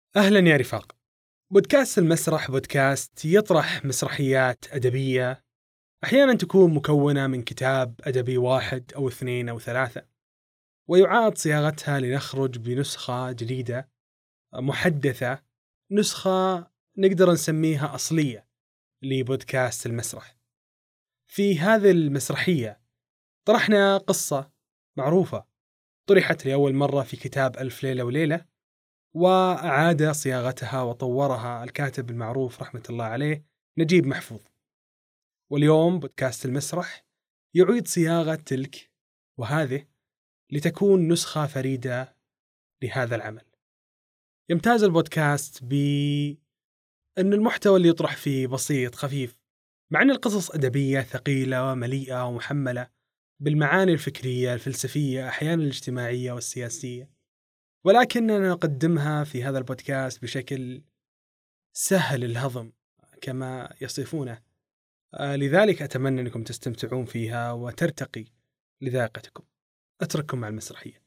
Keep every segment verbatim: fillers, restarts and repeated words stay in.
أهلاً يا رفاق. بودكاست المسرح بودكاست يطرح مسرحيات أدبية أحياناً تكون مكونة من كتاب أدبي واحد أو اثنين أو ثلاثة، ويعاد صياغتها لنخرج بنسخة جديدة محدثة، نسخة نقدر نسميها أصلية لبودكاست المسرح. في هذه المسرحية طرحنا قصة معروفة طرحت لأول مرة في كتاب ألف ليلة وليلة، وأعاد صياغتها وطورها الكاتب المعروف رحمة الله عليه نجيب محفوظ. واليوم بودكاست المسرح يعيد صياغة تلك وهذه لتكون نسخة فريدة لهذا العمل. يمتاز البودكاست بأن المحتوى اللي يطرح فيه بسيط خفيف، مع أن القصص أدبية ثقيلة ومليئة ومحملة بالمعاني الفكرية الفلسفية أحيانا الاجتماعية والسياسية، ولكننا نقدمها في هذا البودكاست بشكل سهل الهضم كما يصفونه. آه لذلك أتمنى أنكم تستمتعون فيها وترتقي لذائقتكم. أترككم مع المسرحية.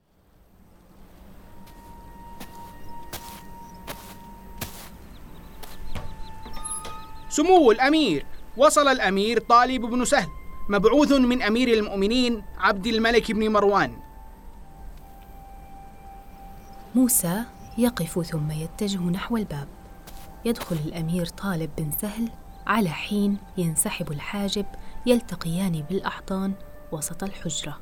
سمو الأمير، وصل الأمير طالب بن سهل مبعوث من أمير المؤمنين عبد الملك بن مروان. موسى يقف ثم يتجه نحو الباب. يدخل الأمير طالب بن سهل على حين ينسحب الحاجب، يلتقيان بالأحضان وسط الحجرة.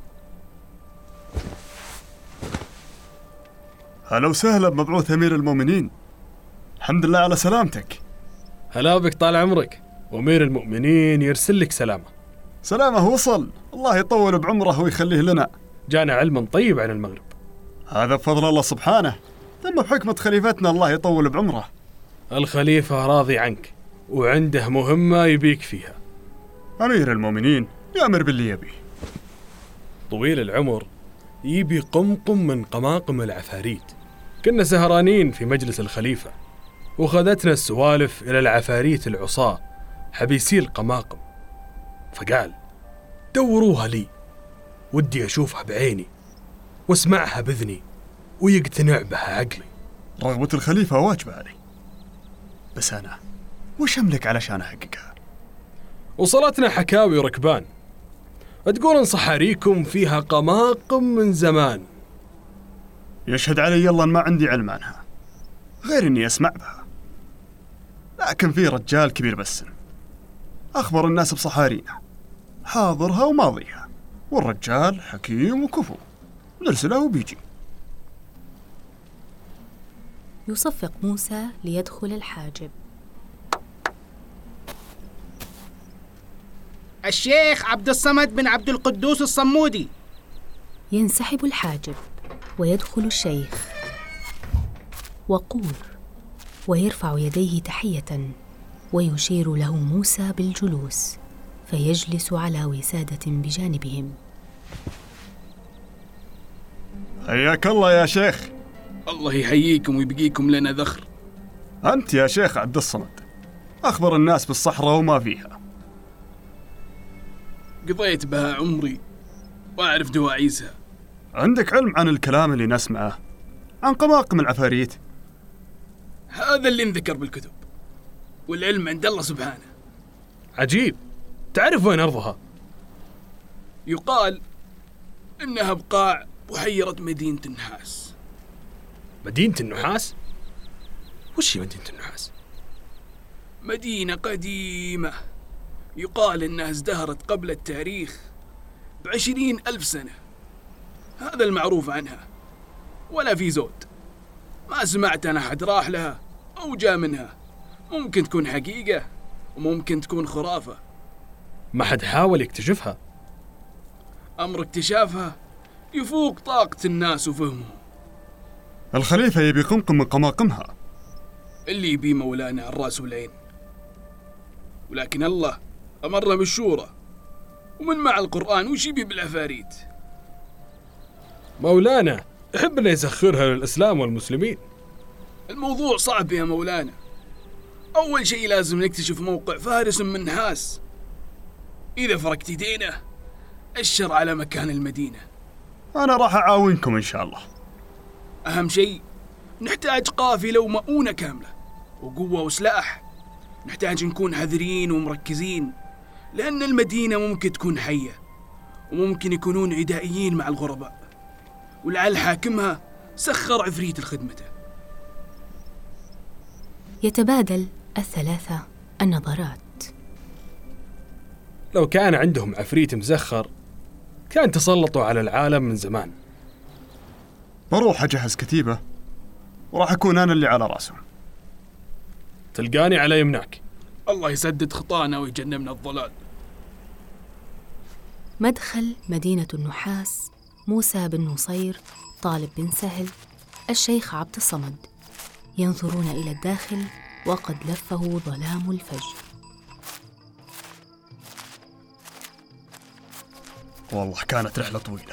هلا وسهلا بمبعوث أمير المؤمنين، الحمد لله على سلامتك. هلا بك طال عمرك، وأمير المؤمنين يرسل لك سلامة. سلامه وصل، الله يطول بعمره ويخليه لنا. جانا علم طيب عن المغرب. هذا بفضل الله سبحانه، ثم بحكمة خليفتنا الله يطول بعمره. الخليفة راضي عنك وعنده مهمة يبيك فيها. أمير المؤمنين يأمر باللي يبي. طويل العمر يبي قمقم من قماقم العفاريت. كنا سهرانين في مجلس الخليفة وخذتنا السوالف إلى العفاريت العصاة حبيسي القماقم، فقال دوروها لي، ودي أشوفها بعيني واسمعها بذني ويقتنع بها عقلي. رغبة الخليفة واجبة علي، بس أنا وش أملك علشان أحققها؟ وصلتنا حكاوي ركبان تقول إن صحاريكم فيها قماقم من زمان. يشهد علي يلا ما عندي علم عنها غير إني أسمع بها، لكن في رجال كبير بالسن أخبر الناس بصحارينا حاضرها وماضيها، والرجال حكيم وكفو، نرسله وبيجي. يصفق موسى ليدخل الحاجب. الشيخ عبد الصمد بن عبد القدوس الصمودي. ينسحب الحاجب ويدخل الشيخ وقور، ويرفع يديه تحية ويشير له موسى بالجلوس، فيجلس على وسادة بجانبهم. حياك الله يا شيخ. الله يحييكم ويبقيكم لنا ذخر. أنت يا شيخ عبد الصمد أخبر الناس بالصحراء وما فيها. قضيت بها عمري وأعرف دواعيسها. عندك علم عن الكلام اللي نسمعه عن قماقم العفاريت؟ هذا اللي انذكر بالكتب، والعلم عند الله سبحانه. عجيب، تعرف وين أرضها؟ يقال إنها بقاع بحيرة مدينة النحاس. مدينة النحاس؟ وش هي مدينة النحاس؟ مدينة قديمة يقال إنها ازدهرت قبل التاريخ بعشرين ألف سنة، هذا المعروف عنها، ولا في زود. ما سمعت أنا أحد راح لها أو جاء منها. ممكن تكون حقيقة وممكن تكون خرافة. ما حد حاول يكتشفها؟ أمر اكتشافها يفوق طاقة الناس وفهمهم. الخليفة يبي قمقم من قماقمها. اللي يبي مولانا على الراس والعين، ولكن الله أمرنا بالشورى، ومن مع القرآن وش يبي بالعفاريت؟ مولانا يحب أن يسخرها للإسلام والمسلمين. الموضوع صعب يا مولانا. أول شيء لازم نكتشف موقع فارس من نحاس. إذا فرقت يدينا أشر على مكان المدينة. أنا راح أعاونكم إن شاء الله. أهم شيء نحتاج قافلة ومؤونة كاملة وقوة وسلاح. نحتاج نكون حذرين ومركزين، لأن المدينة ممكن تكون حية وممكن يكونون عدائيين مع الغرباء، ولعل حاكمها سخر عفريت لخدمته. يتبادل الثلاثة النظرات. لو كان عندهم عفريت مسخر كان تسلطوا على العالم من زمان. بروح أجهز كتيبة وراح أكون أنا اللي على رأسهم. تلقاني على يمناك. الله يسدد خطانا ويجنبنا الضلال. مدخل مدينة النحاس. موسى بن نصير، طالب بن سهل، الشيخ عبد الصمد ينظرون إلى الداخل وقد لفه ظلام الفجر. والله كانت رحلة طويلة،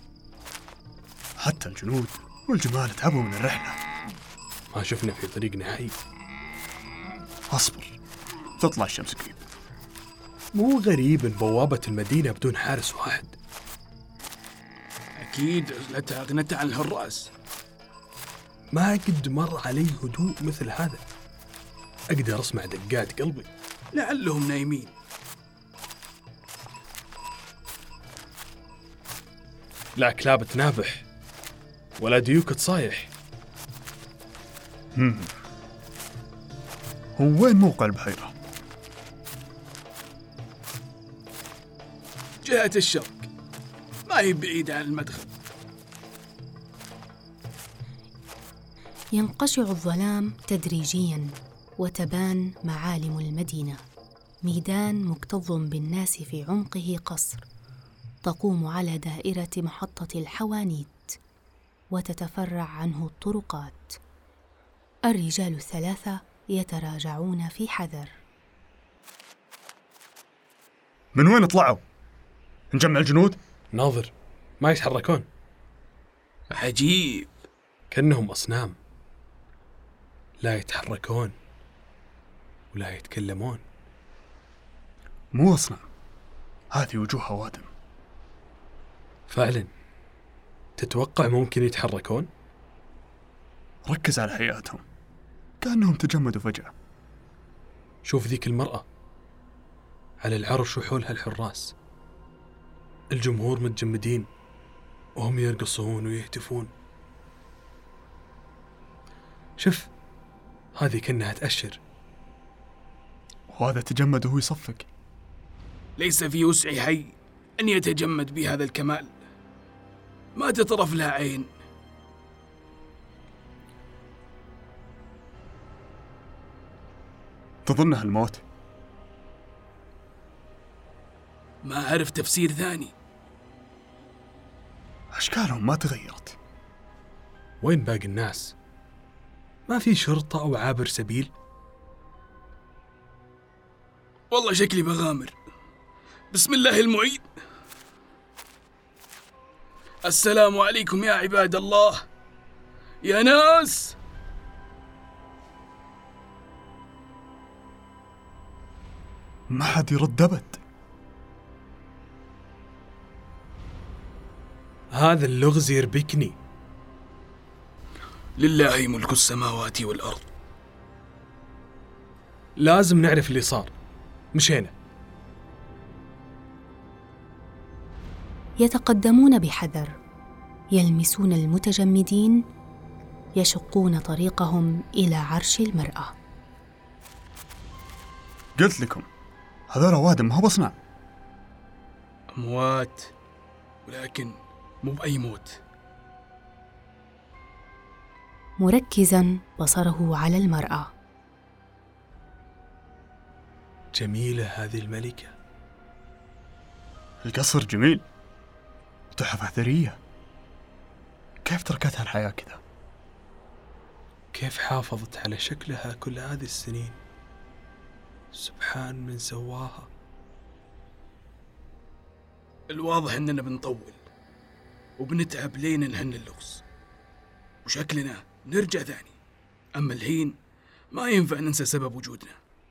حتى الجنود والجمال تعبوا من الرحلة. ما شفنا في طريقنا حي. أصبر تطلع الشمس قريب. مو غريب إن بوابة المدينة بدون حارس واحد. أكيد عزلتها أغنتها عن الحراس. ما قد مر علي هدوء مثل هذا. أقدر أسمع دقات قلبي. لعلهم نايمين. لا كلاب تنابح ولا ديوك تصايح. هم. هو وين موقع البحيرة؟ جهة الشرق، ما هي بعيدة عن المدخل. ينقشع الظلام تدريجياً وتبان معالم المدينة. ميدان مكتظ بالناس في عمقه قصر، تقوم على دائرة محطة الحوانيت وتتفرع عنه الطرقات. الرجال الثلاثة يتراجعون في حذر. من وين طلعوا؟ نجمع الجنود؟ ناظر ما يتحركون. عجيب، كأنهم أصنام، لا يتحركون ولا يتكلمون. مو أصنام، هذه وجوه أوادم. فعلا؟ تتوقع ممكن يتحركون؟ ركز على حياتهم، كأنهم تجمدوا فجأة. شوف ذيك المرأة على العرش وحولها الحراس. الجمهور متجمدين وهم يرقصون ويهتفون. شوف هذه كأنها تأشر. وهذا تجمد وهو يصفق. ليس في وسع حي أن يتجمد بهذا الكمال. ما تطرف لها عين. تظنها الموت؟ ما أعرف تفسير ثاني. أشكالهم ما تغيرت. وين باقي الناس؟ ما في شرطة أو عابر سبيل؟ والله شكلي بغامر. بسم الله المعين. السلام عليكم يا عباد الله يا ناس. ما حد يرد أبد. هذا اللغز يربكني. لله ملك السماوات والأرض. لازم نعرف اللي صار. مشينا. يتقدمون بحذر، يلمسون المتجمدين، يشقون طريقهم إلى عرش المرأة. قلت لكم هذول أوادم، ما هو بصنع. أموات، ولكن مو بأي موت. مركزاً بصره على المرأة. جميلة هذه الملكة. القصر جميل، تحف أثرية. كيف تركتها الحياة كذا؟ كيف حافظت على شكلها كل هذه السنين؟ سبحان من سواها. الواضح أننا بنطول وبنتعب لين نهن اللغز، وشكلنا نرجع ثاني. أما الحين ما ينفع ننسى سبب وجودنا.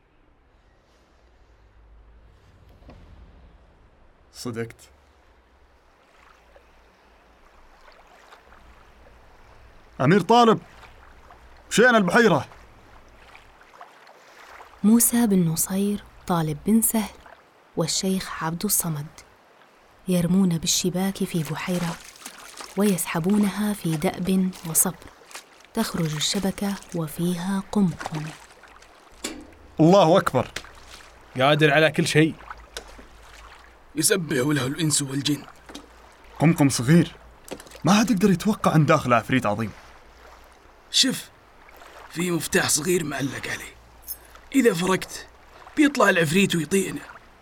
صدقت. أمير طالب، شين البحيرة؟ موسى بن نصير، طالب بن سهل، والشيخ عبد الصمد يرمون بالشباك في بحيرة ويسحبونها في دأب وصبر. تخرج الشبكة وفيها قمقم. الله أكبر، قادر على كل شيء. يسبح له الإنس والجن. قمقم صغير ما حد يتوقع أن داخل عفريت عظيم. شف، في مفتاح صغير معلق عليه، إذا فرقت بيطلع العفريت ويطيعنا.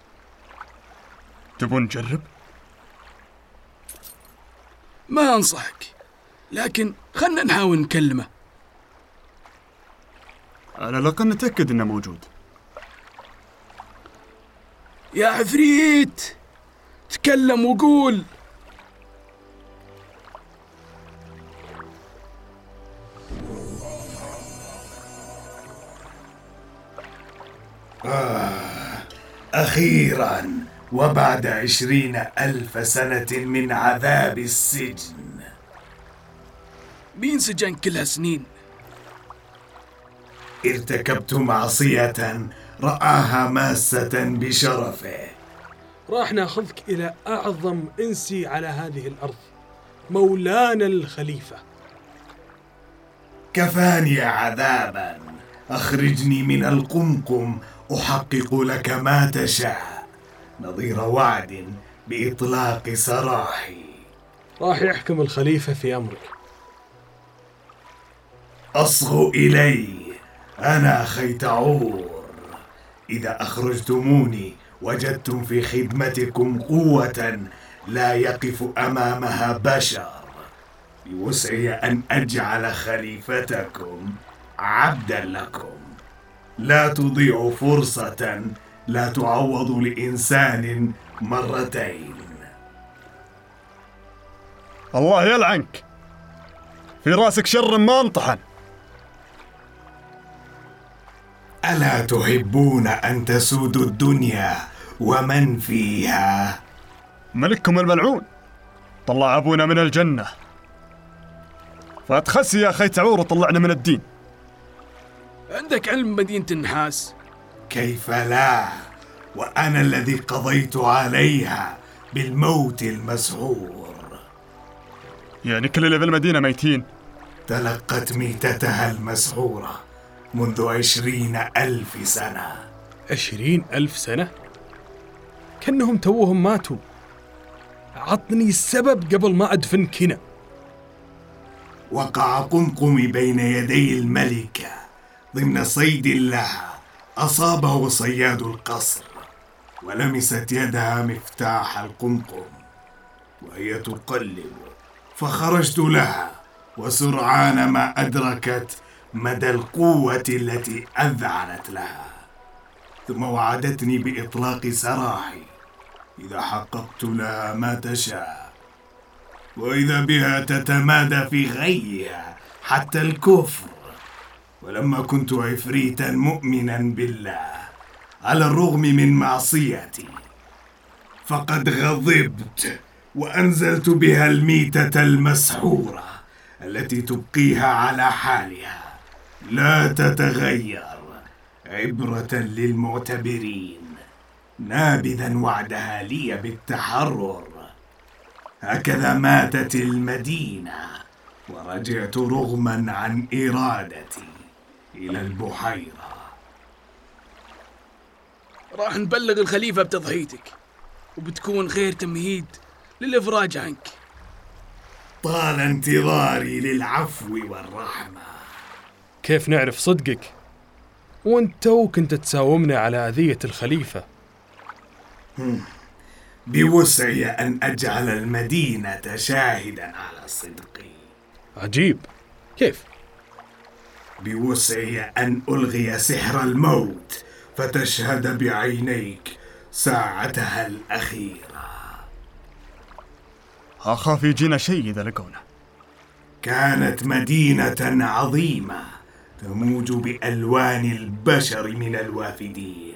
تبون نجرب؟ ما أنصحك، لكن خلنا نحاول نكلمه. على الأقل نتأكد إنه موجود. يا عفريت تكلم وقول. آه، أخيراً وبعد عشرين ألف سنة من عذاب السجن. مين سجن كلها سنين؟ ارتكبت معصية رآها ماسة بشرفه. راح ناخذك إلى أعظم إنسي على هذه الأرض، مولانا الخليفة. كفاني عذاباً، أخرجني من القمقم أحقق لك ما تشاء، نظير وعد بإطلاق سراحي. راح يحكم الخليفة في أمرك. أصغوا إلي، أنا خيتعور. إذا أخرجتموني وجدتم في خدمتكم قوة لا يقف أمامها بشر، بوسعي أن أجعل خليفتكم عبدا لكم. لا تضيعوا فرصة لا تعوض لإنسان مرتين. الله يلعنك، في راسك شر ما انطحن. ألا تحبون أن تسودوا الدنيا ومن فيها؟ ملككم الملعون طلع أبونا من الجنة، فاتخسي يا أخي تعور وطلعنا من الدين. عندك علم مدينة النحاس؟ كيف لا، وأنا الذي قضيت عليها بالموت المسحور. يعني كل اللي في المدينة ميتين؟ تلقت ميتتها المسحورة منذ عشرين ألف سنة. عشرين ألف سنة؟ كأنهم توهم ماتوا. عطني السبب قبل ما أدفنك هنا. وقع قمقمي بين يدي الملكة ضمن صيد لها، أصابه صياد القصر ولمست يدها مفتاح القمقم وهي تقلب، فخرجت لها وسرعان ما أدركت مدى القوة التي أذعنت لها، ثم وعدتني بإطلاق سراحي إذا حققت لها ما تشاء، وإذا بها تتمادى في غيها حتى الكفر. ولما كنت عفريتا مؤمنا بالله على الرغم من معصيتي، فقد غضبت وأنزلت بها الميتة المسحورة التي تبقيها على حالها لا تتغير، عبرة للمعتبرين، نابذا وعدها لي بالتحرر. هكذا ماتت المدينة، ورجعت رغما عن إرادتي إلى البحيرة. راح نبلغ الخليفة بتضحيتك، وبتكون خير تمهيد للإفراج عنك. طال انتظاري للعفو والرحمة. كيف نعرف صدقك وانت وكنت تساومنا على أذية الخليفة؟ بوسعي أن أجعل المدينة شاهدا على صدقي. عجيب، كيف؟ بوسعي أن ألغي سحر الموت فتشهد بعينيك ساعتها الأخيرة. أخاف يجينا شيء إذا لقونا. كانت مدينة عظيمة تموج بألوان البشر من الوافدين.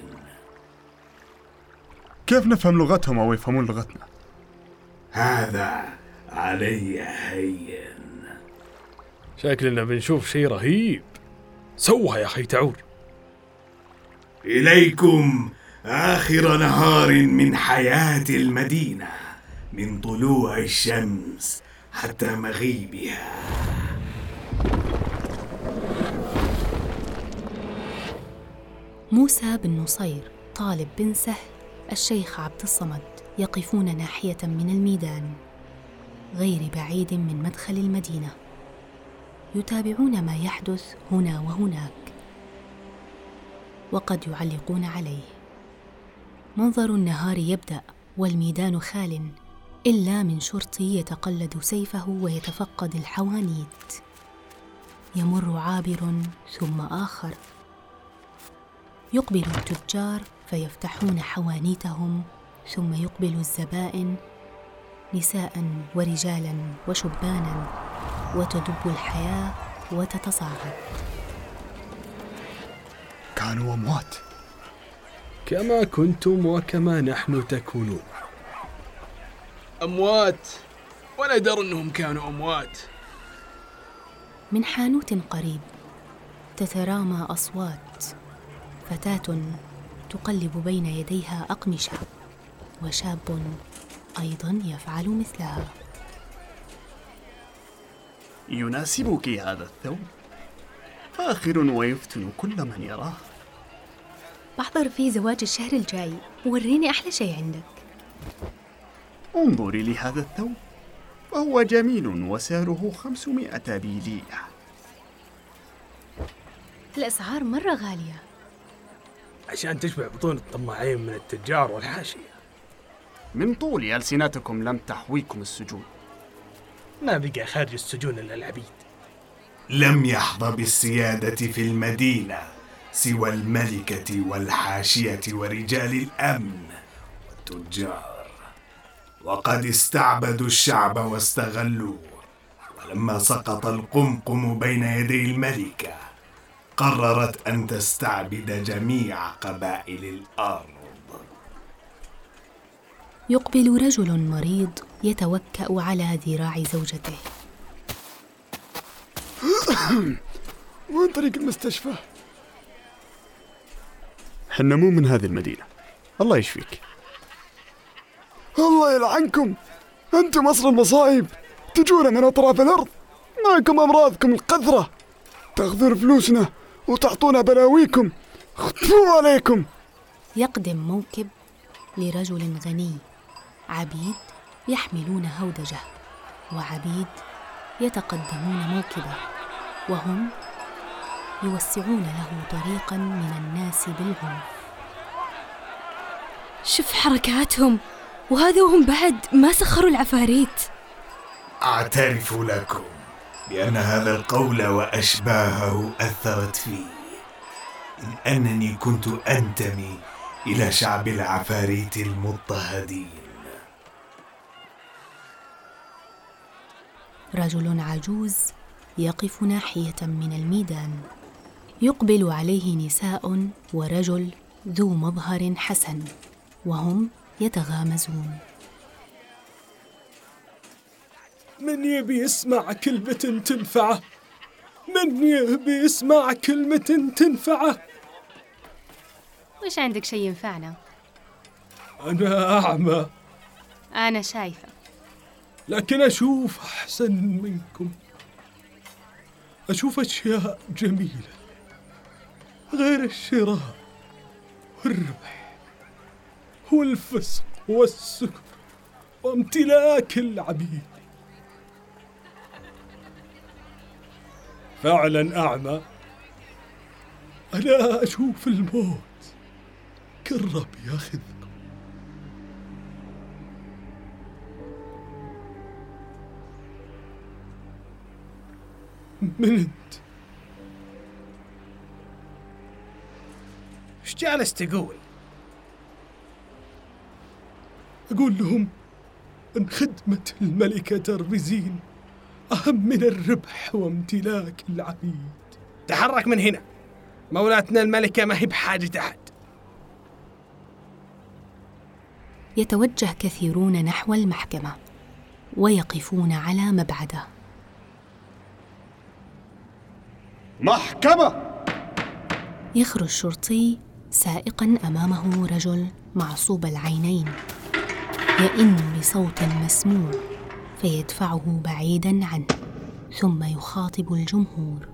كيف نفهم لغتهم أو يفهمون لغتنا؟ هذا علي هين. شكلنا بنشوف شيء رهيب. سوها يا أخي تعور. إليكم آخر نهار من حياة المدينة، من طلوع الشمس حتى مغيبها. موسى بن نصير، طالب بن سهل، الشيخ عبد الصمد يقفون ناحية من الميدان غير بعيد من مدخل المدينة، يتابعون ما يحدث هنا وهناك، وقد يعلقون عليه. منظر النهار يبدأ والميدان خال، إلا من شرطي يتقلد سيفه ويتفقد الحوانيت. يمر عابر ثم آخر، يقبل التجار فيفتحون حوانيتهم، ثم يقبل الزبائن، نساء ورجالا وشبانا، وتدب الحياة وتتصاعد. كانوا أموات كما كنتم وكما نحن تكونون. أموات؟ ولا در أنهم كانوا أموات. من حانوت قريب تترامى أصوات، فتاة تقلب بين يديها أقمشة، وشاب أيضا يفعل مثلها. يناسبك هذا الثوب، فاخر ويفتن كل من يراه. بحضر في زواج الشهر الجاي، وريني أحلى شيء عندك. انظري لهذا الثوب، فهو جميل وسعره خمسمائة بيلية. الأسعار مرة غالية. عشان تشبع بطون الطماعين من التجار والحاشية. من طول ألسنتكم لم تحويكم السجون. ما بقى خارج السجون إلا العبيد. لم يحظى بالسيادة في المدينة سوى الملكة والحاشية ورجال الأمن والتجار، وقد استعبدوا الشعب واستغلوه. ولما سقط القمقم بين يدي الملكة، قررت أن تستعبد جميع قبائل الأرض. يقبل رجل مريض يتوكأ على ذراع زوجته. وين طريق المستشفى؟ حنا مو من هذه المدينة، الله يشفيك. الله يلعنكم، أنتم أصل المصائب، تجون من أطراف الأرض، معكم أمراضكم القذرة، تأخذون فلوسنا وتعطونا بلاويكم، اختفوا عليكم. يقدم موكب لرجل غني، عبيد يحملون هودجه، وعبيد يتقدمون موكبه، وهم يوسعون له طريقا من الناس بالعنف. شوف حركاتهم، وهذا وهم بعد ما سخروا العفاريت. أعترف لكم بأن هذا القول وأشباهه أثرت في إن أنني كنت أنتمي إلى شعب العفاريت المضطهدين. رجل عجوز يقف ناحية من الميدان، يقبل عليه نساء ورجل ذو مظهر حسن، وهم يتغامزون. من يبي يسمع كلمة تنفعه؟ من يبي يسمع كلمة تنفعه؟ وش عندك شيء ينفعنا؟ أنا أعمى، أنا شايفة، لكن أشوف أحسن منكم. أشوف أشياء جميلة غير الشراء والربح والفسق والسكر وامتلاك العبيد. فعلا أعمى، أنا أشوف الموت قرب ياخذكم. من أنت؟ إيش جالس تقول؟ أقول لهم أن خدمة الملكة تربزين أهم من الربح وامتلاك العبيد. تحرك من هنا، مولاتنا الملكة ما هي بحاجة أحد. يتوجه كثيرون نحو المحكمة ويقفون على مبعده. محكمة، يخرج الشرطي سائقاً أمامه رجل معصوب العينين يئن بصوت مسموع فيدفعه بعيداً عنه، ثم يخاطب الجمهور.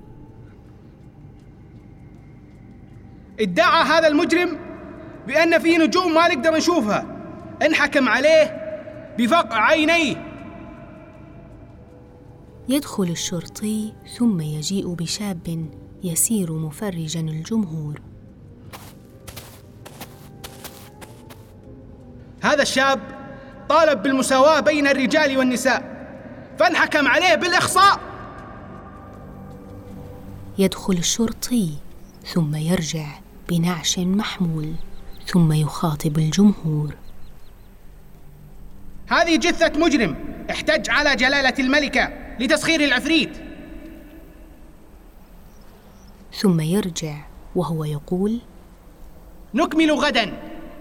ادعى هذا المجرم بأن في نجوم ما نقدر نشوفها، انحكم عليه بفقع عينيه. يدخل الشرطي ثم يجيء بشاب يسير مفرجاً الجمهور. هذا الشاب طالب بالمساواة بين الرجال والنساء، فانحكم عليه بالإخصاء. يدخل الشرطي ثم يرجع بنعش محمول، ثم يخاطب الجمهور. هذه جثة مجرم احتج على جلالة الملكة لتسخير العفريت. ثم يرجع وهو يقول: نكمل غداً.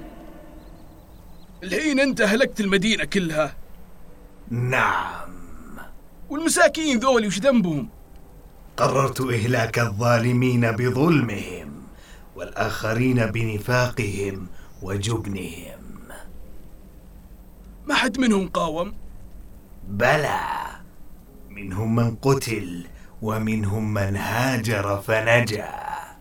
الحين أنت هلكت المدينة كلها. نعم. والمساكين ذولي وش ذنبهم؟ قررت إهلاك الظالمين بظلمهم والآخرين بنفاقهم وجبنهم. ما حد منهم قاوم؟ بلى، منهم من قتل ومنهم من هاجر فنجا.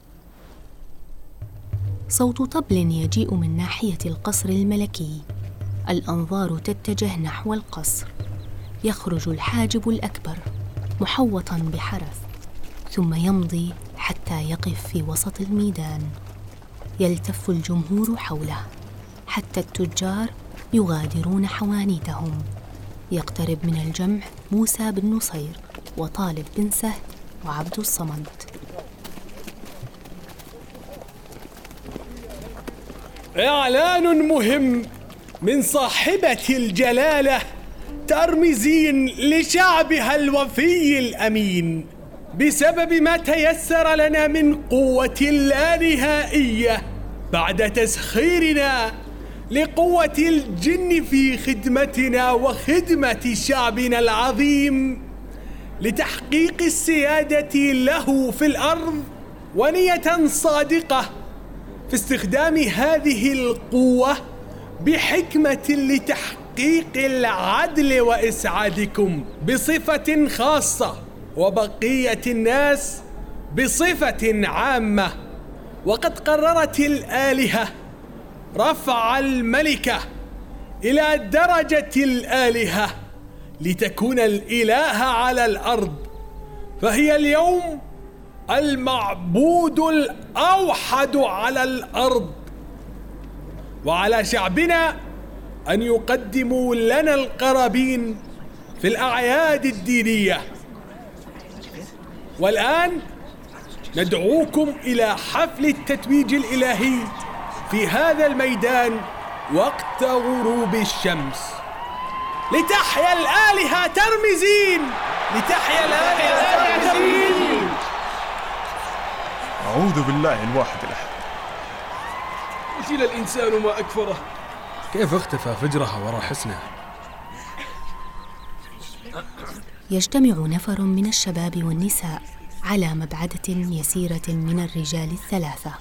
صوت طبل يجيء من ناحية القصر الملكي. الأنظار تتجه نحو القصر. يخرج الحاجب الأكبر محوطاً بحرس، ثم يمضي حتى يقف في وسط الميدان. يلتف الجمهور حوله حتى التجار يغادرون حوانيتهم. يقترب من الجمع موسى بن نصير وطالب بن سهل وعبد الصمد. إعلان مهم من صاحبة الجلالة ترمزين لشعبها الوفي الأمين بسبب ما تيسر لنا من قوة لا نهائية بعد تسخيرنا لقوة الجن في خدمتنا وخدمة شعبنا العظيم لتحقيق السيادة له في الأرض، ونية صادقة في استخدام هذه القوة بحكمة لتحقيق العدل وإسعادكم بصفة خاصة وبقية الناس بصفة عامة. وقد قررت الآلهة رفع الملكة إلى درجة الآلهة لتكون الإله على الأرض، فهي اليوم المعبود الأوحد على الأرض. وعلى شعبنا أن يقدموا لنا القرابين في الأعياد الدينية. والآن ندعوكم إلى حفل التتويج الإلهي في هذا الميدان وقت غروب الشمس. لتحيا الآلهة ترمزين، لتحيا الآلهة ترمزين. أعوذ بالله الواحد الأحد. قتل الإنسان ما أكفره. كيف اختفى فجرها وراء حسنها؟ يجتمع نفر من الشباب والنساء على مبعدة يسيرة من الرجال الثلاثة.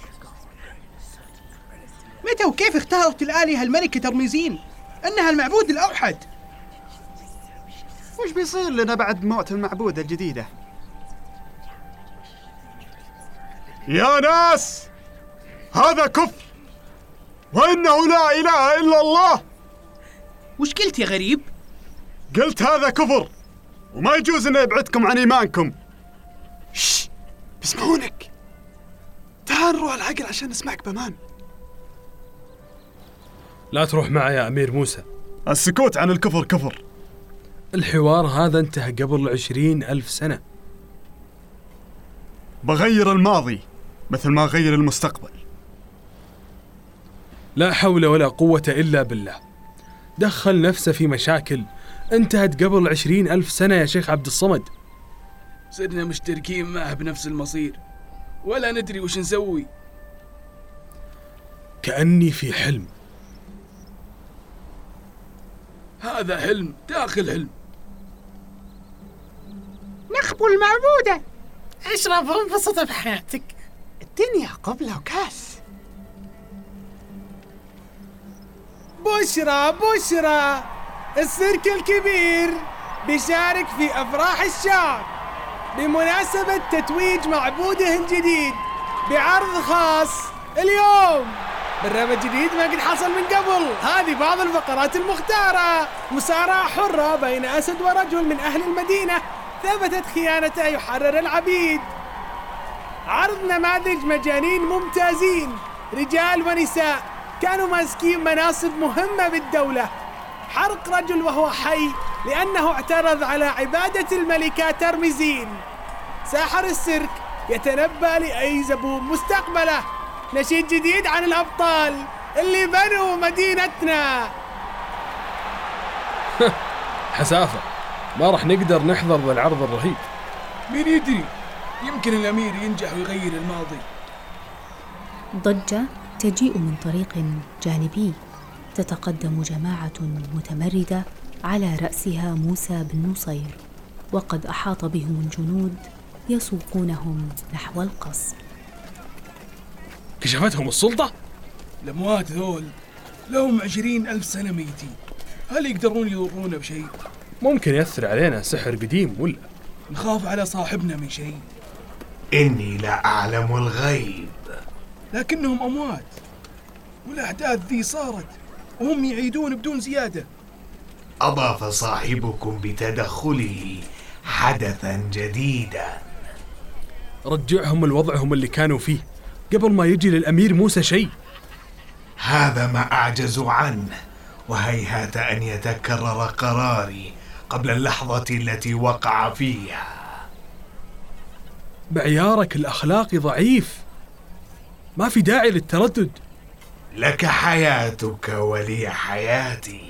متى وكيف اختارت الآلهة الملكة ترمزين أنها المعبود الأوحد؟ وش بيصير لنا بعد موت المعبودة الجديدة؟ يا ناس، هذا كفر، وإنه لا إله إلا الله. وش قلت يا غريب؟ قلت هذا كفر وما يجوز أن يبعدكم عن إيمانكم. شش، بسمعونك. تعال نروح العقل عشان نسمعك بأمان. لا تروح معي يا أمير موسى. السكوت عن الكفر كفر. الحوار هذا انتهى قبل عشرين ألف سنة. بغير الماضي مثل ما غير المستقبل. لا حول ولا قوة إلا بالله. دخل نفسه في مشاكل انتهت قبل عشرين ألف سنة يا شيخ عبد الصمد. صرنا مشتركين معه بنفس المصير ولا ندري وش نسوي. كأني في حلم. هذا حلم داخل حلم. نخبو المعبودة. ايش رافض انبسط بحياتك؟ الدنيا قبله وكاس. بشرى بشرى، السيرك الكبير بيشارك في أفراح الشعب بمناسبة تتويج معبوده الجديد بعرض خاص اليوم. برنامج جديد ما قد حصل من قبل. هذه بعض الفقرات المختارة: مصارعة حرة بين أسد ورجل من أهل المدينة ثبتت خيانته يحرر العبيد. عرض نماذج مجانين ممتازين، رجال ونساء كانوا ماسكين مناصب مهمة بالدولة. حرق رجل وهو حي لأنه اعترض على عبادة الملكة ترمزين. ساحر السيرك يتنبأ لأي زبون مستقبله. نشيد جديد عن الأبطال اللي بنوا مدينتنا. حسافة، ما راح نقدر نحضر ذا العرض الرهيب. مين يدري، يمكن الأمير ينجح ويغير الماضي. ضجة تجيء من طريق جانبي. تتقدم جماعة متمردة على رأسها موسى بن نصير، وقد أحاط بهم الجنود يسوقونهم نحو القصر. كشفتهم السلطة؟ الأموات ذول لهم عشرين ألف سنة ميتين، هل يقدرون يضرونا بشيء؟ ممكن يأثر علينا سحر قديم ولا؟ نخاف على صاحبنا من شيء. إني لا أعلم الغيب، لكنهم أموات، والأحداث ذي صارت وهم يعيدون بدون زيادة. أضاف صاحبكم بتدخله حدثا جديدا. رجعهم لوضعهم اللي كانوا فيه قبل ما يجي للأمير موسى شيء. هذا ما أعجز عنه، وهيهات أن يتكرر قراري قبل اللحظة التي وقع فيها. بعيارك الأخلاقي ضعيف، ما في داعي للتردد. لك حياتك ولي حياتي.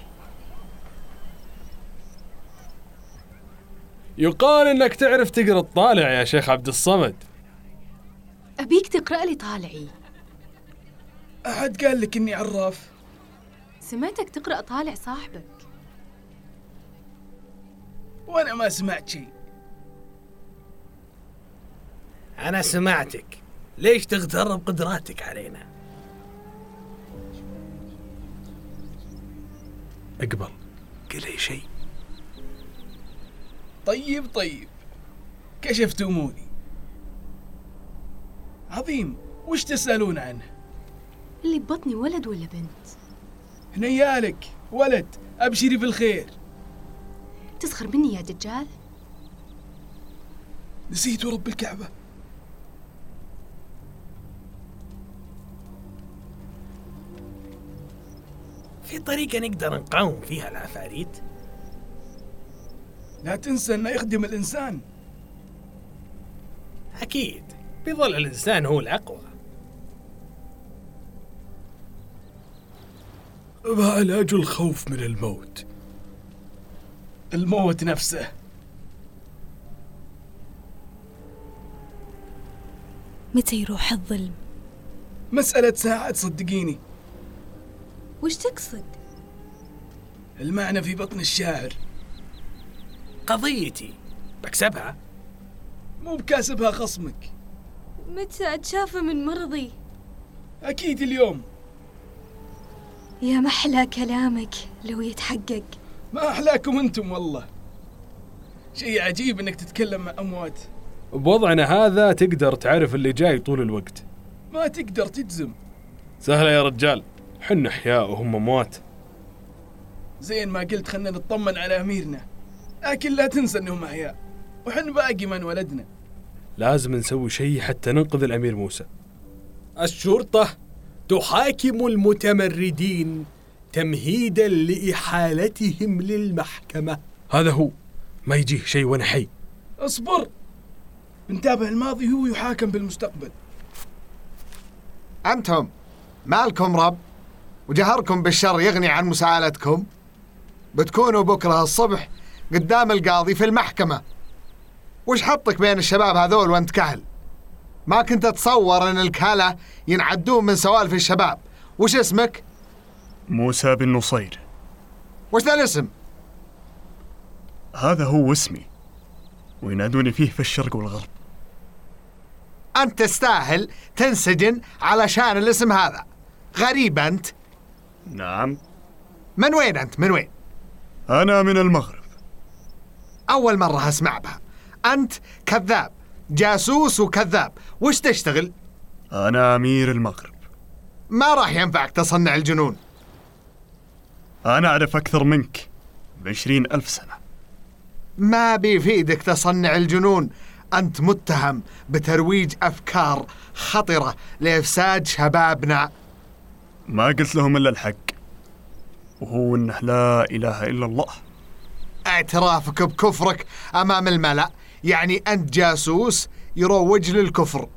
يقال إنك تعرف تقرأ الطالع يا شيخ عبد الصمد. أبيك تقرأ لي طالعي. أحد قال لك إني عراف؟ سمعتك تقرأ طالع صاحبك. وأنا ما سمعت شيء. أنا سمعتك، ليش تغتر بقدراتك علينا؟ أقبل، قل لي شيء. طيب طيب، كشفتموني. عظيم، وش تسألون عنه؟ اللي ببطني ولد ولا بنت؟ هنيالك ولد، أبشري بالخير. تسخر مني يا دجال؟ نسيت رب الكعبة. في طريقة نقدر نقاوم فيها العفاريت؟ لا تنسى أنه يخدم الإنسان. أكيد، بيظل الإنسان هو الأقوى. ما علاج الخوف من الموت؟ الموت نفسه. متى يروح الظلم؟ مسألة ساعات صدقيني. وش تقصد؟ المعنى في بطن الشاعر. قضيتي بكسبها. مو بكاسبها خصمك. متى أتشافى من مرضي؟ أكيد اليوم. يا محلى كلامك لو يتحقق. ما أحلاكم أنتم والله. شيء عجيب أنك تتكلم مع أموات. بوضعنا هذا تقدر تعرف اللي جاي طول الوقت. ما تقدر تجزم. سهلة يا رجال، حن أحياء وهم أموات. زين ما قلت خلنا نطمن على أميرنا، لكن لا تنسى أنهم أحياء وحن باقي من ولدنا. لازم نسوي شيء حتى ننقذ الأمير موسى. الشرطة تحاكم المتمردين تمهيدا لإحالتهم للمحكمة. هذا هو، ما يجيه شيء وانا حي. اصبر، بنتابع الماضي هو يحاكم بالمستقبل. أنتم مالكم رب وجهركم بالشر يغني عن مساءلتكم؟ بتكونوا بكرة الصبح قدام القاضي في المحكمة. وش حطك بين الشباب هذول وانت كهل؟ ما كنت أتصور أن الكهلة ينعدون من سوالف الشباب. وش اسمك؟ موسى بن نصير. وش ذا الاسم؟ هذا هو اسمي، وينادوني فيه في الشرق والغرب. أنت تستاهل تنسجن علشان الاسم هذا. غريب أنت. نعم. من وين أنت؟ من وين؟ أنا من المغرب. أول مرة أسمع بها. أنت كذاب، جاسوس وكذاب. وش تشتغل؟ أنا أمير المغرب. ما راح ينفعك تصنع الجنون. أنا أعرف أكثر منك بعشرين ألف سنة. ما بيفيدك تصنع الجنون. أنت متهم بترويج أفكار خطرة لإفساد شبابنا. ما قلت لهم إلا الحق، وهو أنه لا إله إلا الله. اعترافك بكفرك أمام الملأ يعني أنت جاسوس يروج للكفر.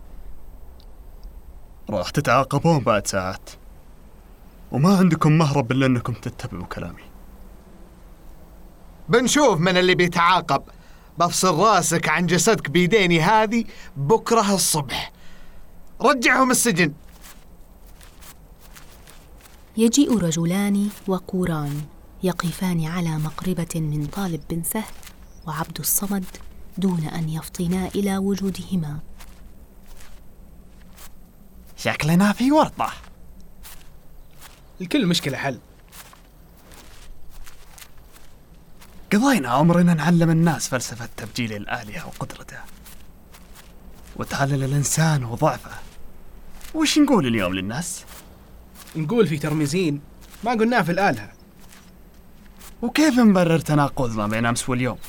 راح تتعاقبون بعد ساعات، وما عندكم مهرب إلا أنكم تتبعوا كلامي. بنشوف من اللي بيتعاقب. بفصل راسك عن جسدك بيديني هذه بكرة الصبح. رجعهم السجن. يجيء رجلان وقوران يقفان على مقربة من طالب بن سهل وعبد الصمد دون أن يفطنا إلى وجودهما. شكلنا في ورطة. الكل مشكلة حل. قضينا عمرنا نعلم الناس فلسفة تبجيل الآلهة وقدرته وتحلل الإنسان وضعفه. وش نقول اليوم للناس؟ نقول في ترميزين ما قلناه في الآلهة. وكيف نبرر تناقضنا بين أمس واليوم؟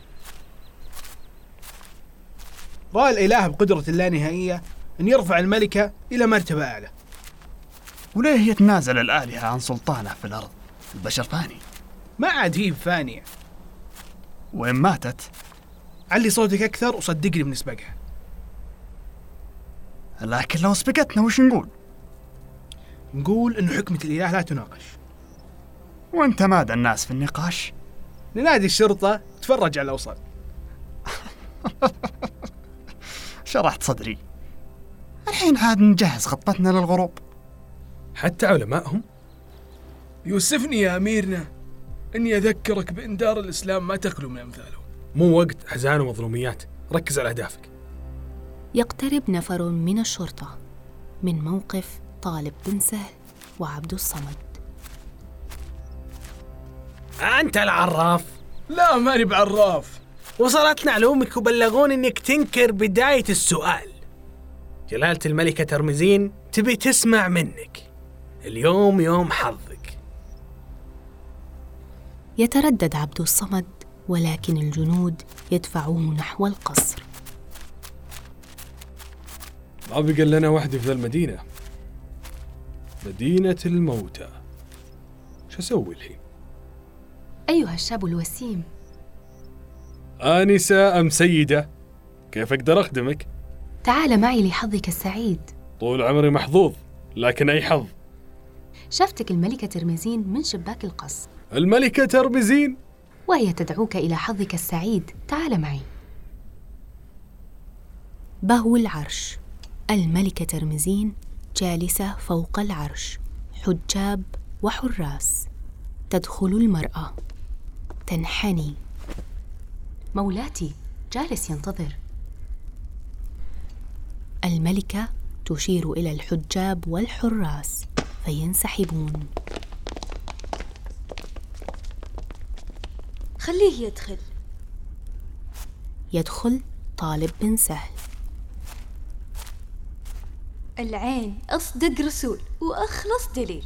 رأى الإله بقدرة اللانهائية أن يرفع الملكة إلى مرتبة أعلى. وليه يتنازل الآلهة عن سلطانه في الأرض؟ البشر فاني. ما عاد هي فانية. وإن ماتت؟ علي صوتك أكثر وصدقني بنسبقها. لكن لو سبقتنا وش نقول؟ نقول إنه حكمة الإله لا تناقش. وانت ماذا الناس في النقاش؟ ننادي الشرطة تفرج على الأوصال. شرحت صدري. الحين عاد نجهز خطتنا للغروب. حتى علمائهم؟ يوسفني يا أميرنا أني أذكرك بأن دار الإسلام ما تخلو من أمثاله. مو وقت أحزان ومظلوميات، ركز على أهدافك. يقترب نفر من الشرطة من موقف طالب بن سهل وعبد الصمد. أنت العراف؟ لا ماني بعراف. وصلتنا علومك وبلغون إنك تنكر بداية السؤال. جلالة الملكة ترمزين تبي تسمع منك. اليوم يوم حظك. يتردد عبد الصمد ولكن الجنود يدفعوه نحو القصر. ما بقى لنا وحدي في ذا المدينة، مدينة الموتى. شو أسوي الحين؟ أيها الشاب الوسيم. آنسة أم سيدة؟ كيف أقدر أخدمك؟ تعال معي لحظك السعيد. طول عمري محظوظ، لكن أي حظ؟ شافتك الملكة ترمزين من شباك القصر. الملكة ترمزين؟ وهي تدعوك إلى حظك السعيد. تعال معي. بهو العرش. الملكة ترمزين جالسة فوق العرش، حجاب وحراس. تدخل المرأة، تنحني. مولاتي جالس ينتظر. الملكة تشير إلى الحجاب والحراس فينسحبون. خليه يدخل. يدخل طالب بن سهل. العين أصدق رسول وأخلص دليل.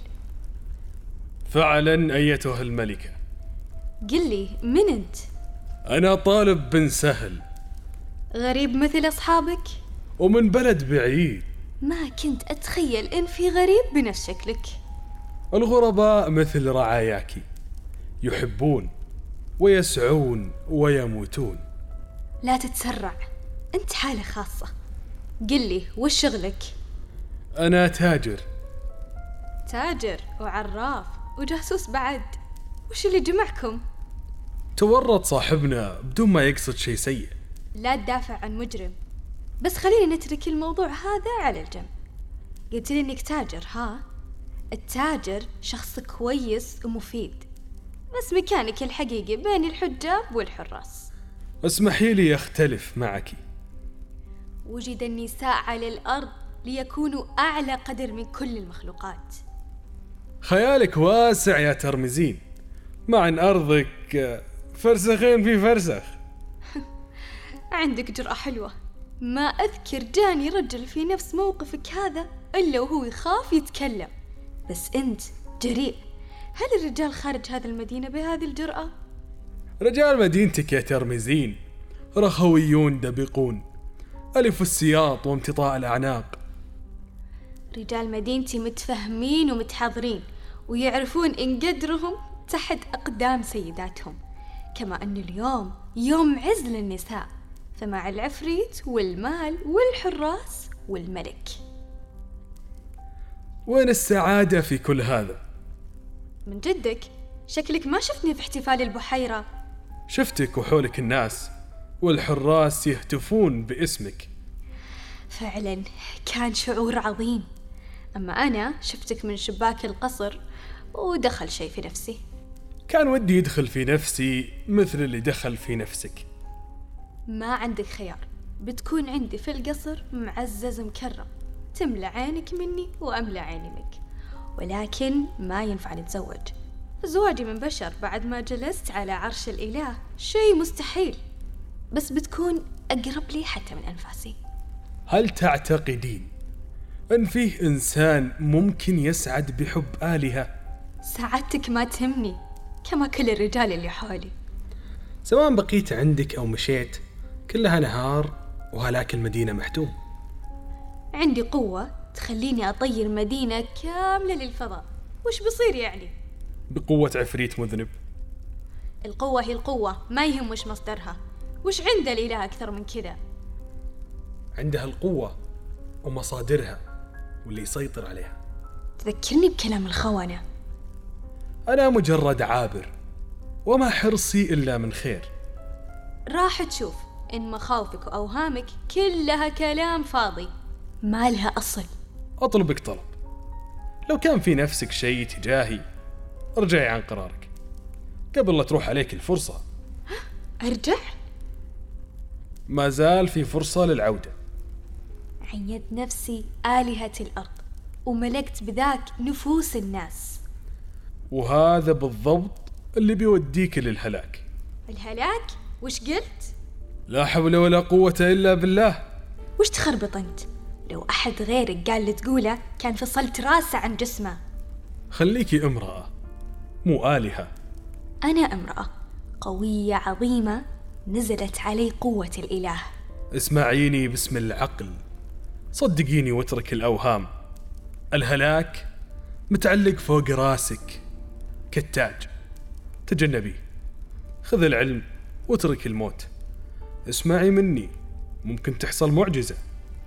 فعلا أيتها الملكة. قل لي من أنت؟ أنا طالب بن سهل. غريب مثل أصحابك؟ ومن بلد بعيد. ما كنت أتخيل إن في غريب بنفس شكلك. الغرباء مثل رعاياك، يحبون ويسعون ويموتون. لا تتسرع، أنت حالة خاصة. قل لي وش شغلك؟ أنا تاجر. تاجر وعراف وجاسوس بعد. وش اللي جمعكم؟ تورط صاحبنا بدون ما يقصد شيء سيء. لا تدافع عن مجرم، بس خلينا نترك الموضوع هذا على الجنب. قلت لي إنك تاجر، ها؟ التاجر شخص كويس ومفيد، بس مكانك الحقيقي بين الحجاب والحراس. اسمحي لي أختلف معك. وجد النساء على الأرض ليكونوا أعلى قدر من كل المخلوقات. خيالك واسع يا ترمزين، مع أن أرضك فرسخين في فرسخ. عندك جرأة حلوة. ما أذكر جاني رجل في نفس موقفك هذا إلا وهو يخاف يتكلم، بس أنت جريء. هل الرجال خارج هذه المدينة بهذه الجرأة؟ رجال مدينتك يا ترمزين رخويون دبقون، ألف السياط وامتطاء الأعناق. رجال مدينتي متفهمين ومتحضرين ويعرفون إن قدرهم تحت أقدام سيداتهم، كما أن اليوم يوم عز للنساء، فمع العفريت والمال والحراس والملك. وين السعادة في كل هذا؟ من جدك؟ شكلك ما شفتني في احتفال البحيرة. شفتك وحولك الناس والحراس يهتفون باسمك. فعلا كان شعور عظيم. أما أنا شفتك من شباك القصر ودخل شيء في نفسي. كان ودي يدخل في نفسي مثل اللي دخل في نفسك. ما عندك خيار، بتكون عندي في القصر معزز مكرم، تملى عينك مني وأملى عيني منك، ولكن ما ينفع نتزوج. زواجي من بشر بعد ما جلست على عرش الإله شيء مستحيل، بس بتكون أقرب لي حتى من أنفاسي. هل تعتقدين أن فيه إنسان ممكن يسعد بحب آلهة؟ سعادتك ما تهمني كما كل الرجال اللي حولي. سواء بقيت عندك أو مشيت كلها نهار وهلاك المدينة محتوم. عندي قوة تخليني أطير مدينة كاملة للفضاء. وش بصير يعني؟ بقوة عفريت مذنب. القوة هي القوة، ما يهم وش مصدرها. وش عنده الإله أكثر من كذا؟ عندها القوة ومصادرها واللي يسيطر عليها. تذكرني بكلام الخونة. أنا مجرد عابر وما حرصي إلا من خير. راح تشوف إن مخاوفك وأوهامك كلها كلام فاضي ما لها أصل. أطلبك طلب، لو كان في نفسك شيء تجاهي ارجعي عن قرارك قبل لا تروح عليك الفرصة. أرجع؟ ما زال في فرصة للعودة. عيد نفسي آلهة الأرض وملكت بذاك نفوس الناس، وهذا بالضبط اللي بيوديك للهلاك. الهلاك؟ وش قلت؟ لا حول ولا قوة إلا بالله. وش تخربط أنت؟ لو أحد غيرك قال اللي تقوله كان فصلت راسه عن جسمه. خليكي امرأة مو آلهة. أنا امرأة قوية عظيمة نزلت علي قوة الإله. اسمعيني باسم العقل، صدقيني واترك الأوهام. الهلاك متعلق فوق راسك كالتاج، تجنبيه. خذ العلم واترك الموت. اسمعي مني، ممكن تحصل معجزة.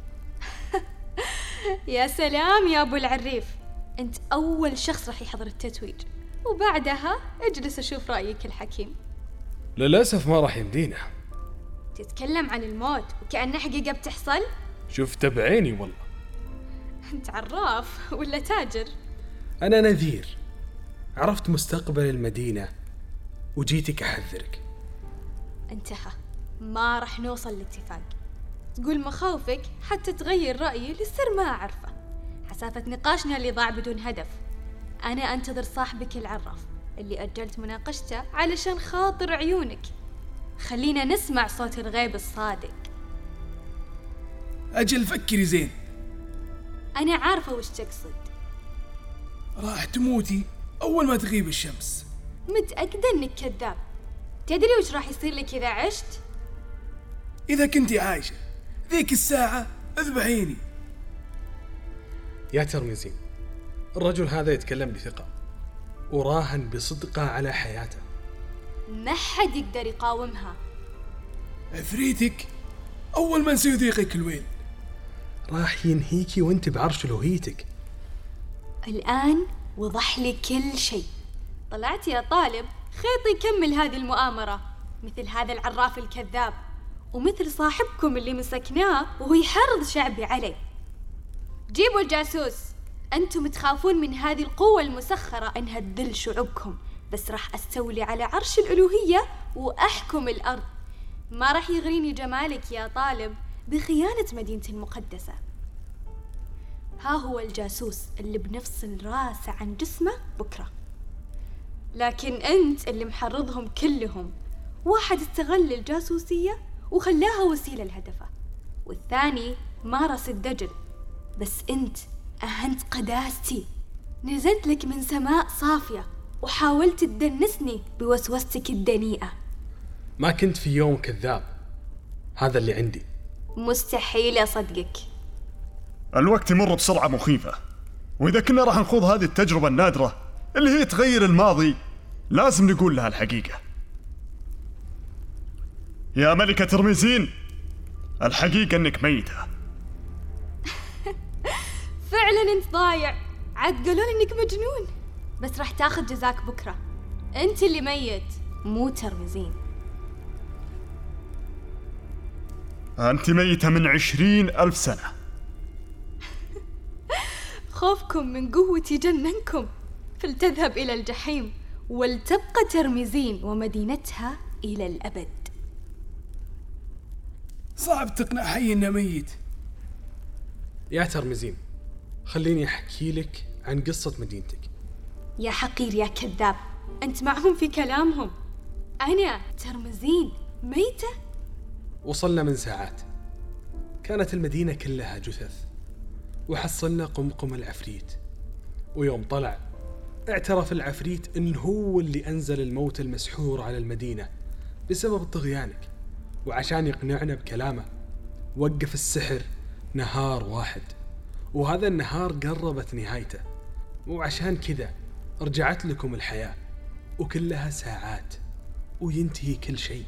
يا سلام يا أبو العريف، أنت أول شخص راح يحضر التتويج، وبعدها اجلس أشوف رأيك الحكيم. للأسف ما راح يمدينا. تتكلم عن الموت وكأنه حقيقة بتحصل؟ شفته بعيني والله. أنت عراف ولا تاجر؟ أنا نذير، عرفت مستقبل المدينة وجيتك أحذرك. انتهى، ما راح نوصل لاتفاق. تقول مخاوفك حتى تغير رأيي للسر ما أعرفه. حسافة نقاشنا اللي ضاع بدون هدف. أنا أنتظر صاحبك العراف اللي أجلت مناقشته علشان خاطر عيونك. خلينا نسمع صوت الغيب الصادق. أجل فكري زين. أنا عارفة وش تقصد. راح تموتي أول ما تغيب الشمس. متأكدة إنك كذاب. تدري وش راح يصير لك إذا عشت؟ إذا كنتي عايشة ذيك الساعة اذبحيني. يا ترمزين، الرجل هذا يتكلم بثقة وراهن بصدقه على حياته. ما حد يقدر يقاومها. عفريتك أول من سيذيقك الويل. راح ينهيكي وانت بعرش ألوهيتك. الآن وضح لي كل شيء. طلعت يا طالب خيط يكمل هذه المؤامرة، مثل هذا العراف الكذاب ومثل صاحبكم اللي مسكناه وهو يحرض شعبي علي. جيبوا الجاسوس. أنتم تخافون من هذه القوة المسخرة أنها تذل شعوبكم، بس راح أستولي على عرش الألوهية وأحكم الأرض. ما راح يغريني جمالك يا طالب، بخيانة مدينتي المقدسة. ها هو الجاسوس اللي بنفصل راسه عن جسمه بكرة، لكن أنت اللي محرضهم كلهم. واحد استغل الجاسوسية وخلاها وسيلة لهدفه، والثاني مارس الدجل. بس أنت أهنت قداستي، نزلت لك من سماء صافية وحاولت تدنسني بوسوستك الدنيئة. ما كنت في يوم كذاب، هذا اللي عندي. مستحيل أصدقك. الوقت يمر بسرعة مخيفة، وإذا كنا راح نخوض هذه التجربة النادرة اللي هي تغير الماضي، لازم نقول لها الحقيقة. يا ملكة ترميزين، الحقيقة إنك ميتة. فعلا أنت ضايع، عاد قالوا لي إنك مجنون، بس راح تاخذ جزاك بكرة. أنت اللي ميت مو ترميزين. أنت ميتة من عشرين ألف سنة. خوفكم من قوتي جننكم، فلتذهب إلى الجحيم ولتبقى ترميزين ومدينتها إلى الأبد. صعب تقنع حي إنه ميت. يا ترميزين، خليني أحكي لك عن قصة مدينتك. يا حقير يا كذاب، أنت معهم في كلامهم. أنا ترميزين ميتة؟ وصلنا من ساعات، كانت المدينة كلها جثث، وحصلنا قمقم العفريت. ويوم طلع اعترف العفريت إن هو اللي أنزل الموت المسحور على المدينة بسبب طغيانك، وعشان يقنعنا بكلامه وقف السحر نهار واحد، وهذا النهار قربت نهايته، وعشان كذا رجعت لكم الحياة، وكلها ساعات وينتهي كل شيء.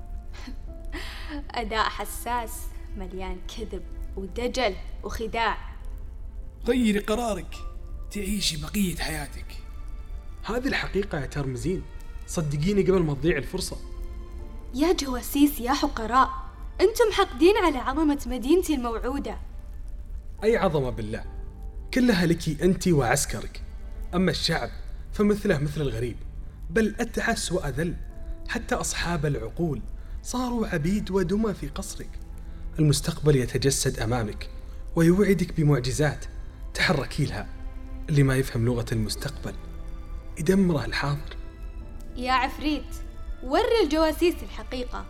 أداء حساس مليان كذب ودجل وخداع. غيري قرارك، تعيشي بقية حياتك. هذه الحقيقة يا ترمزين، صدقيني قبل ما تضيع الفرصة. يا جواسيس يا حقراء، أنتم حاقدين على عظمة مدينتي الموعودة. أي عظمة بالله، كلها لك أنت وعسكرك. أما الشعب فمثله مثل الغريب، بل أتعس وأذل. حتى أصحاب العقول صاروا عبيد ودمى في قصرك. المستقبل يتجسد أمامك ويوعدك بمعجزات تحركي لها. اللي ما يفهم لغة المستقبل يدمره الحاضر. يا عفريت، وري الجواسيس الحقيقة.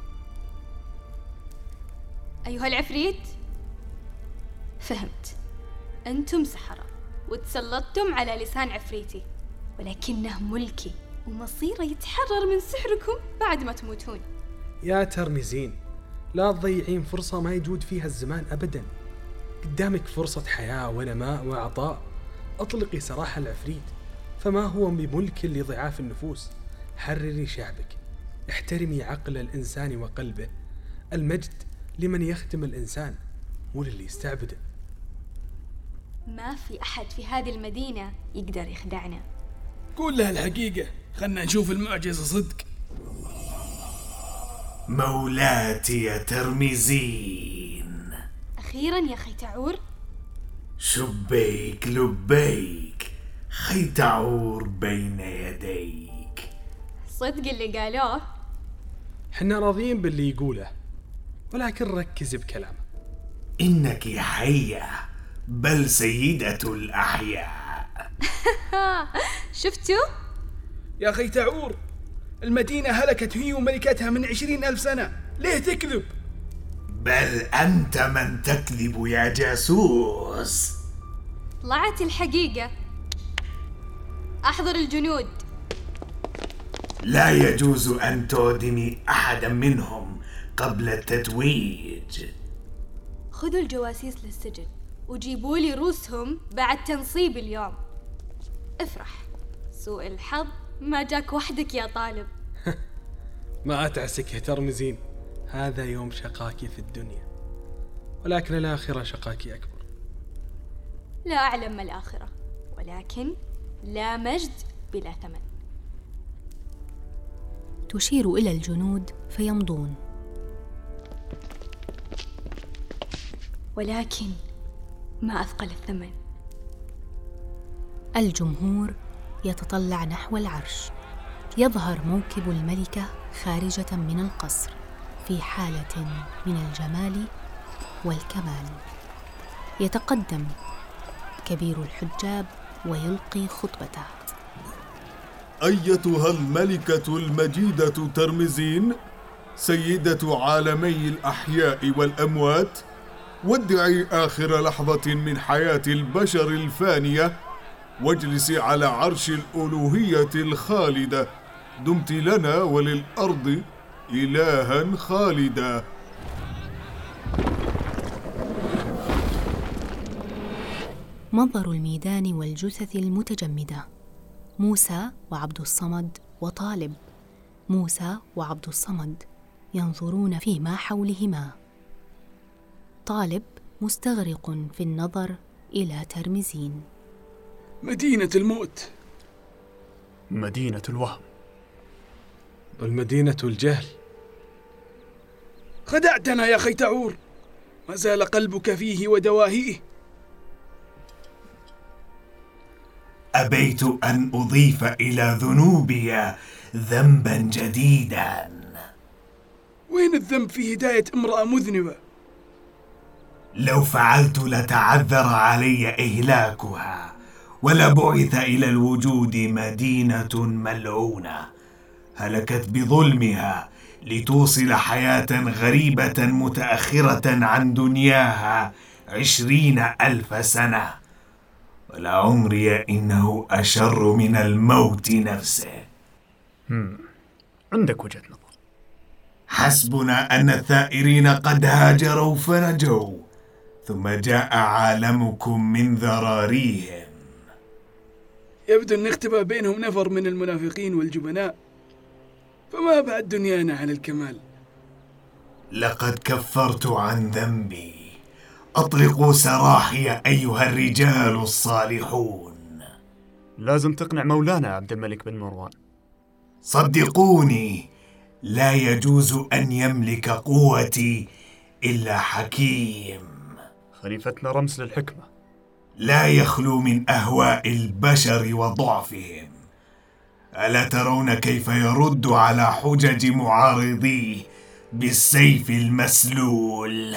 أيها العفريت، فهمت، أنتم سحرة وتسلطتم على لسان عفريتي، ولكنه ملكي ومصيره يتحرر من سحركم بعد ما تموتون. يا ترميزين، لا تضيعين فرصة ما يجود فيها الزمان أبدا. قدامك فرصة حياة ونماء وعطاء. أطلقي سراح العفريت، فما هو بملك لضعاف النفوس. حرري شعبك، احترمي عقل الإنسان وقلبه. المجد لمن يخدم الإنسان، مو للي يستعبده. ما في أحد في هذه المدينة يقدر يخدعنا. قول لها الحقيقة، خلنا نشوف المعجزة صدق. مولاتي يا ترميزين، أخيرا يا خيتعور. شبيك لبيك، خيتعور بين يديك. صدق اللي قالوه؟ حنا راضيين باللي يقوله، ولكن ركز بكلامه. إنك حية، بل سيدة الأحياء. شفتوا؟ يا خيتعور، المدينة هلكت هي وملكتها من عشرين ألف سنة، ليه تكذب؟ بل أنت من تكذب يا جاسوس. طلعت الحقيقة. أحضر الجنود. لا يجوز أن تودمي أحدا منهم قبل التتويج. خذوا الجواسيس للسجن وجيبوا لي روسهم بعد تنصيب اليوم. افرح، سوء الحظ ما جاك وحدك يا طالب. ما أتعسك يا ترمزين، هذا يوم شقاكي في الدنيا، ولكن الآخرة شقاكي أكبر. لا أعلم ما الآخرة، ولكن لا مجد بلا ثمن. تشير إلى الجنود فيمضون. ولكن ما أثقل الثمن. الجمهور يتطلع نحو العرش. يظهر موكب الملكة خارجة من القصر في حالة من الجمال والكمال. يتقدم كبير الحجاب ويلقي خطبته. أيتها الملكة المجيدة ترمزين، سيدة عالمي الأحياء والأموات، ودعي آخر لحظة من حياة البشر الفانية، واجلسي على عرش الألوهية الخالدة. دمت لنا وللأرض إلها خالدا. منظر الميدان والجثث المتجمدة. موسى وعبد الصمد وطالب. موسى وعبد الصمد ينظرون فيما حولهما. طالب مستغرق في النظر إلى ترمزين. مدينة الموت، مدينة الوهم، بل مدينة الجهل. خدعتنا يا خيتعور، ما زال قلبك فيه ودواهيه. أبيت أن أضيف إلى ذنوبي ذنبا جديدا. وين الذنب في هداية امرأة مذنبة؟ لو فعلت لتعذر علي إهلاكها، ولبعث إلى الوجود مدينة ملعونة هلكت بظلمها لتوصل حياة غريبة متأخرة عن دنياها عشرين ألف سنة، ولعمري إنه أشر من الموت نفسه. هم. عندك وجهة نظر. حسبنا أن الثائرين قد هاجروا فنجوا، ثم جاء عالمكم من ذراريهم. يبدو أن اختبأ بينهم نفر من المنافقين والجبناء، فما بعد دنيانا عن الكمال. لقد كفرت عن ذنبي، أطلقوا سراحي أيها الرجال الصالحون. لازم تقنع مولانا عبد الملك بن مروان. صدقوني، لا يجوز أن يملك قوتي إلا حكيم. خليفتنا رمز للحكمة. لا يخلو من أهواء البشر وضعفهم. ألا ترون كيف يرد على حجج معارضيه بالسيف المسلول؟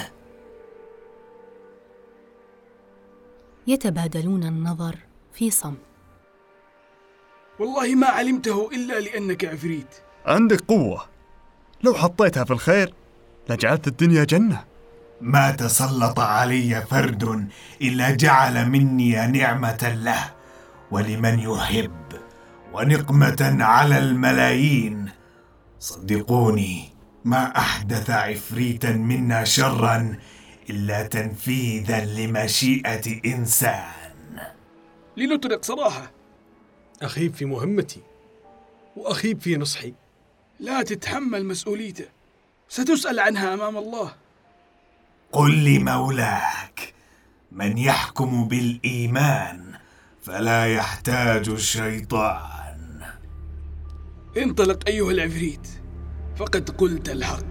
يتبادلون النظر في صمت. والله ما علمته إلا لأنك عفريت. عندك قوة، لو حطيتها في الخير لجعلت الدنيا جنة. ما تسلط علي فرد إلا جعل مني نعمة له ولمن يحب، ونقمة على الملايين. صدقوني، ما أحدث عفريتا منا شرا إلا تنفيذا لمشيئة إنسان. لنطلق صراحة، أخيب في مهمتي وأخيب في نصحي. لا تتحمل مسؤوليته، ستسأل عنها أمام الله. قل لمولاك: من يحكم بالإيمان فلا يحتاج الشيطان. انطلق أيها العفريت، فقد قلت الحق.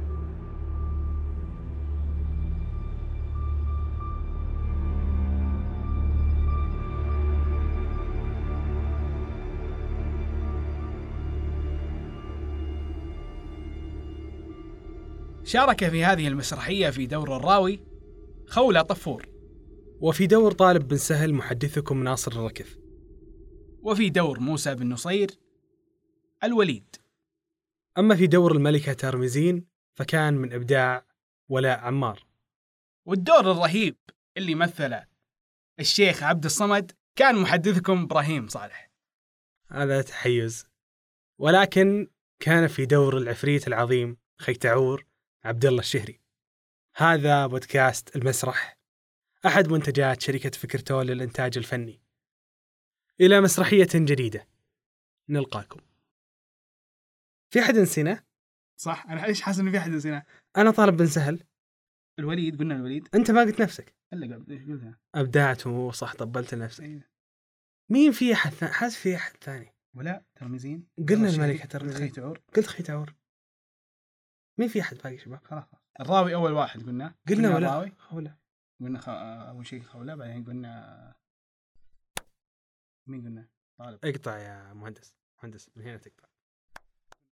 شارك في هذه المسرحية في دور الراوي خولة طفور، وفي دور طالب بن سهل محدثكم ناصر الركث، وفي دور موسى بن نصير الوليد. أما في دور الملكة ترمزين فكان من إبداع ولاء عمار. والدور الرهيب اللي مثله الشيخ عبد الصمد كان محدثكم إبراهيم صالح. هذا تحيز، ولكن كان في دور العفريت العظيم خيتعور عبد الله الشهري. هذا بودكاست المسرح، أحد منتجات شركة فكرتول للإنتاج الفني. إلى مسرحية جديدة نلقاكم. في أحد نسينا؟ صح، أنا إيش حاسس إنه في أحد نسينا. أنا طالب بن سهل. الوليد، قلنا الوليد. أنت ما قلت نفسك. إلا قبل إيش قلتها؟ أبدعت وصح، طبلت نفسك. أيه. مين في أحد ثاني؟ حاسس في أحد ثاني. ولا ترمزين. قلنا الملكة ترمزين. خيتعور. قلت خيتعور. مين في أحد باقي شباب؟ خلاص. الراوي أول واحد قلنا. قلنا, قلنا ولا الراوي. خولة. قلنا خ... أول شيء خولة، بعدين قلنا مين قلنا؟ طالب. اقطع يا مهندس، مهندس من هنا تقطع.